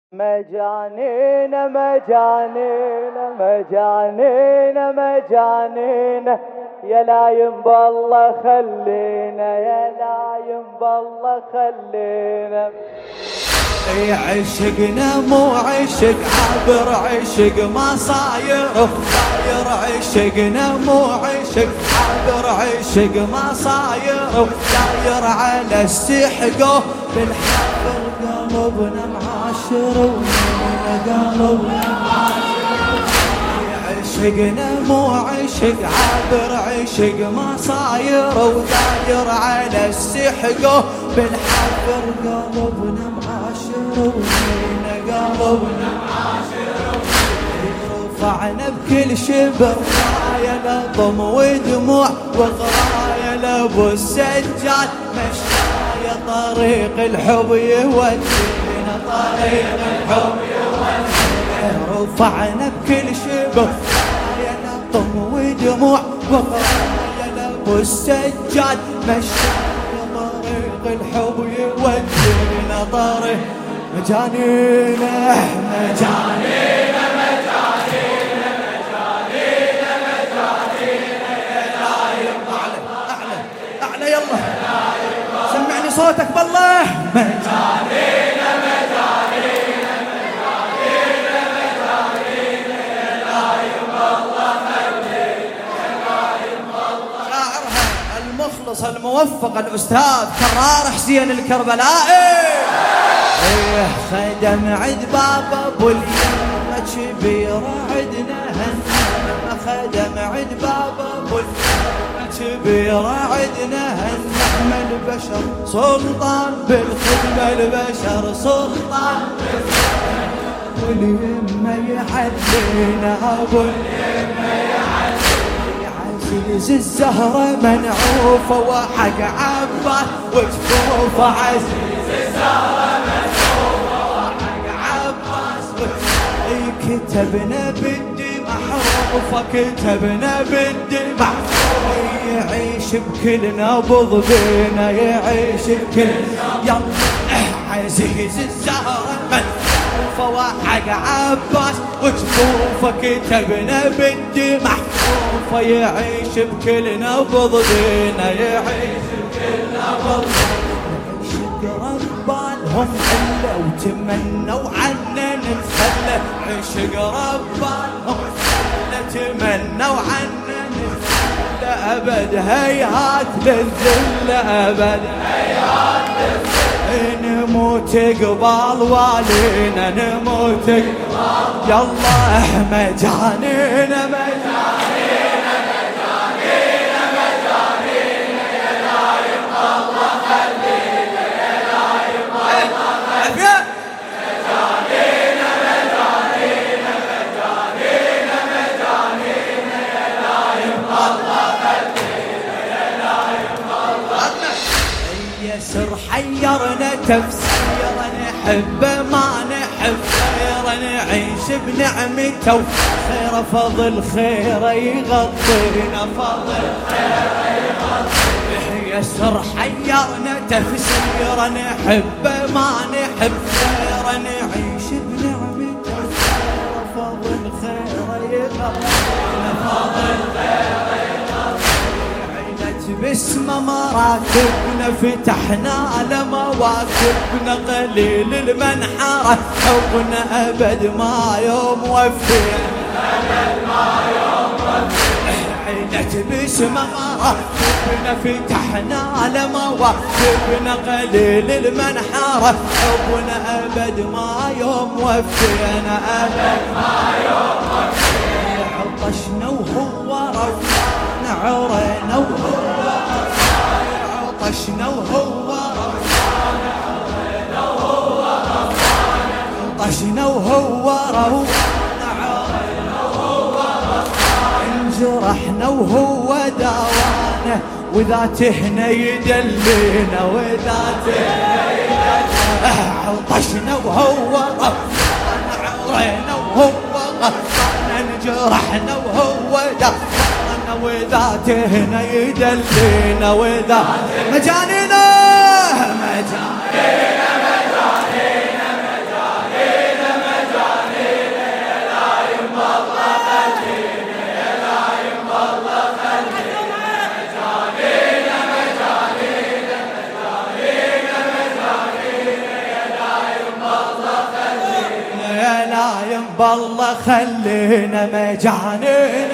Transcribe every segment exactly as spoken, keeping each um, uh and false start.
مجانين مجانين مجانين مجانين يا لايم بالله خلينا يا لايم بالله خلينا. اي عشقنا مو عشق عابر عشق ما صاير صاير عشقنا مو عشق عابر عشق ما صاير داير على استحقه بالحفر قلبنا معاشر قلبنا معاشر. عشقنا مو عشق عابر عشق ما صاير وداير على استحقه بالحفر قلبنا معاشر قلبنا معاشر. رفعنا بكل شبر راية لضم ودموع وغراية لابو السجاد مشاية طريق الحب يودينا طريق الحب يودينا. رفعنا بكل شبر راية لضم ودموع وغراية لابو السجاد مشاية طريق الحب يودينا طريق مجانين مجانين مجانين مجانين مجانين يا لايم أعلى أعلى أعلى يلا سمعني صوتك بالله. مجانين مجانين مجانين مجانين يا لايم بالله خلينا يا لايم بالله. شاعرها المخلص الموفق الأستاذ كرار حسين الكربلائي. ايه خدم عد بابا ابو اليمة كبيرة عدنا هالنعمة خدم عد بابا ابو اليمة كبيرة عدنا هالنعمة البشر سلطان بالخدمة البشر سلطان بالخدمة واليمة يحلينا ابو اليمة يحلينا عزيز الزهرة منعوفة وحق عباس وجفوفة عزيز الزهرة كتبنا بالدمع حروفه كتبنا بالدمع يعيش بكل نبض بينا يعيش بكل يلا عزيز الزهرة منفوفه وحق عباس وجفوفه كتبنا بالدمع حروفه يعيش بكل نبض بينا يعيش بكل نبض. ربانهم حلة وتمنوا عنا نتخلى عشق ربانهم حلة تمنوا عنا نتخلى أبد هيهات للذل أبد هيهات للذل. نموت قبال والينا نموت قبال يلا مجانين مجانين مجانين مجانين يا لايم الله خلينا يسر حيرنا تفسيرا نحب ما نحب خيرا نعيش بنعمته خير فضل خير يغطينا فضل خير يغطينا. يسر حيرنا تفسيرا نحب ما نحب خيرا نعيش بنعمته خير فضل خير يغطينا فضل خير باسم مراكبنا فتحنا لمواكبنا قليل المنحرة حبنا أبد ما يوم وفينا أبد ما يوم وفينا. عينت باسم مراكبنا فتحنا لمواكبنا قليل المنحرة حبنا أبد ما يوم وفينا أبد ما يوم وفينا. عطشنا وهو روحنا عرينا وهو عطشنا وهو روحنا عرينا وهو روحنا عطشنا وهو روحنا عرينا وهو روحنا انجرحنا وهو داوانا وذاته يدلينا وذاته يدلينا. عطشنا وهو روحنا عرينا وهو روحنا انجرحنا وهو داوانا وذاته يدلينا وذاته مجانينا مجانينا مجانينا مجانينا بالله خلينا مجانين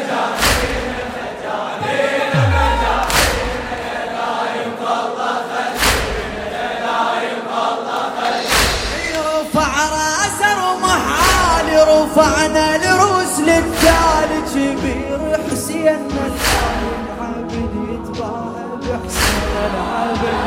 رفعنا الروس للتال كبير حسين العابد يتباهى بحسين العابد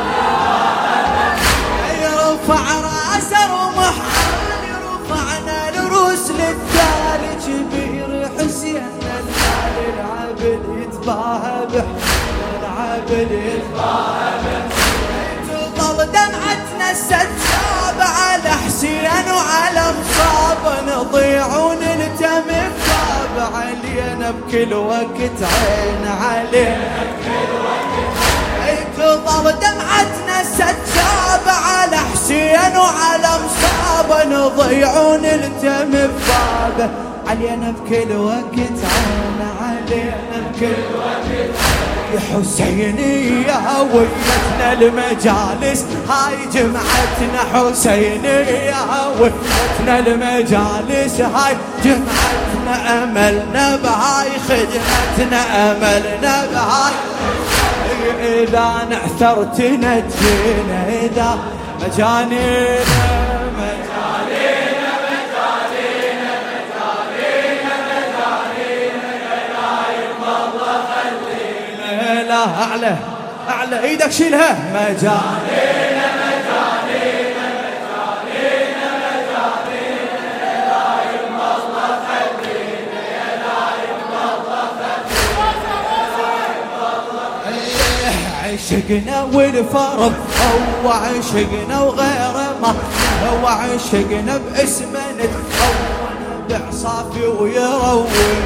رفع راسه رمحان رفعنا الروس للتال كبير حسين العابد يتباهى بحسين العابد يتباهى بحسين تظل دمعتنا السجاب على حسين وعلى مصاب نضيع ونلتم بباب علينا بكل وقت عين علينا بكل وقت تظل دمعتنا السجاب على حسين وعلى مصاب نضيع ونلتم بباب علينا بكل وقت عين علينا بكل وقت يا حسيني يا هويتنا المجالس هاي جمعتنا حسيني يا هويتنا المجالس هاي جمعتنا أملنا بهاي خدمتنا أملنا بهاي إذا نعثرت نجينا إذا مجانينا أعلى أعلى إيدك شيلها مجانينا مجانينا مجانينا مجانينا لا يرضى الله خلينا يا لا يرضى الله خلينا عشقنا والفرض هو عشقنا وغيره ما هو عشقنا باسمه نتخون بعصافي ويروي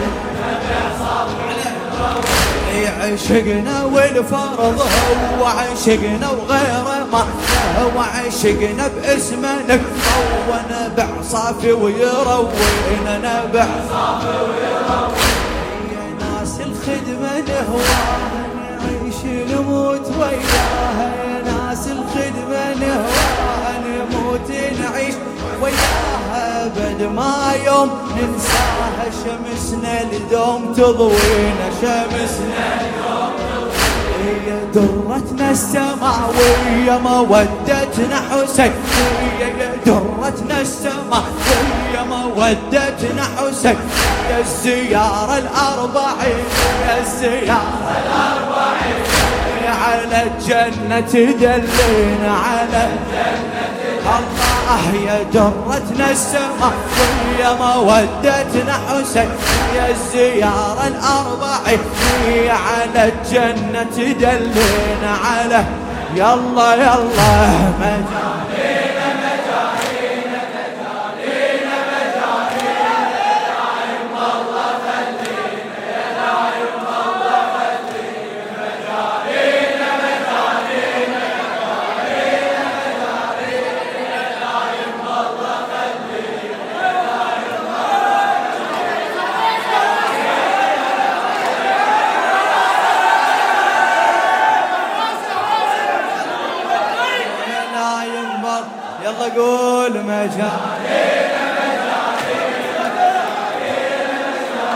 عشقنا والفرض هو عشقنا وغيره ما هو عشقنا باسمه نكون بعصافي ويروينا بعصافي ويروينا يا ناس الخدمة نهواها نعيش نموت وياها يا ناس الخدمة نهواها نموت نعيش وياها بد ما يوم ننساها شمسنا الدوم تضوينا شمسنا الدوم تضوينا درتنا السماوية مودتنا حسينية درتنا السماوية مودتنا حسين يا الزيارة الأربعين يا الزيارة الأربعين على الجنة تدلينا على الجنة الله يا درتنا السماء ويا مودتنا حسين يا الزيارة الأربعين على الجنة تدلينا على يلا يلا مجانينا مجانينا مجانينا مجانينا لا يرضى الله خلينا يا لا يرضى الله خلينا مجانينا مجانينا مجانينا مجانينا لا يرضى الله خلينا لا يرضى يلا قول مجانينا مجانينا مجانينا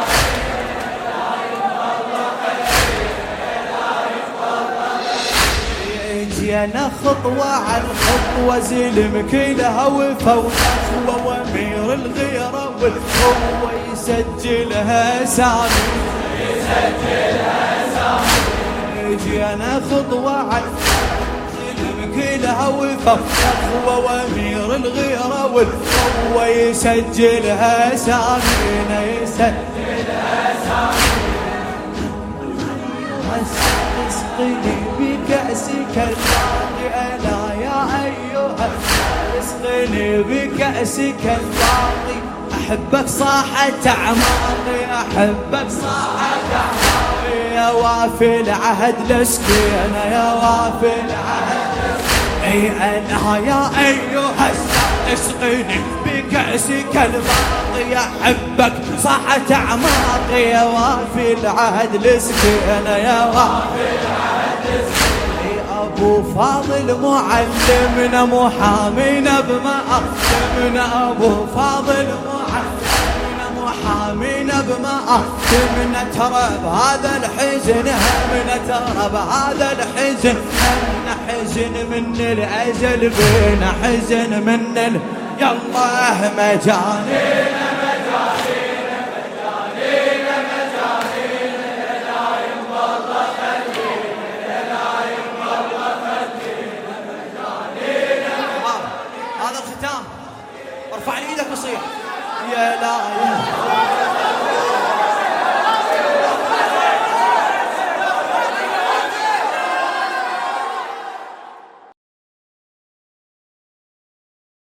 جينا خطوة عن خطوة زلم كلها وفوق وامير الغيرة والقوة يسجلها سامي يسجلها سامي جينا خطوة عن كلها وفوق وامير الغيرة والقوة يسجلها سامينا يسجلها سامينا اسقني بكأسك الباقي ألا يا أيها اسقني بكأسك الباقي أحبك صاحت أعماقي أحبك صاحت أعماقي يا وافي العهد لسكينة يا وافي العهد اي انا يا ايها اسقني بكأسك الباقي احبك صاحت اعماقي يا وافي العهد لسكينة يا وافي العهد لسكينة ابو فاضل معلمنا محامينا بمقدمنا ابو فاضل معلمنا محامينا بمقدمنا ترى بهذا الحزن همنا ترى بهذا الحزن همنا حزن من الاجل بينا حزن من ال... يالله مجانينا ارفع لي ايدك وصيح يا لا يا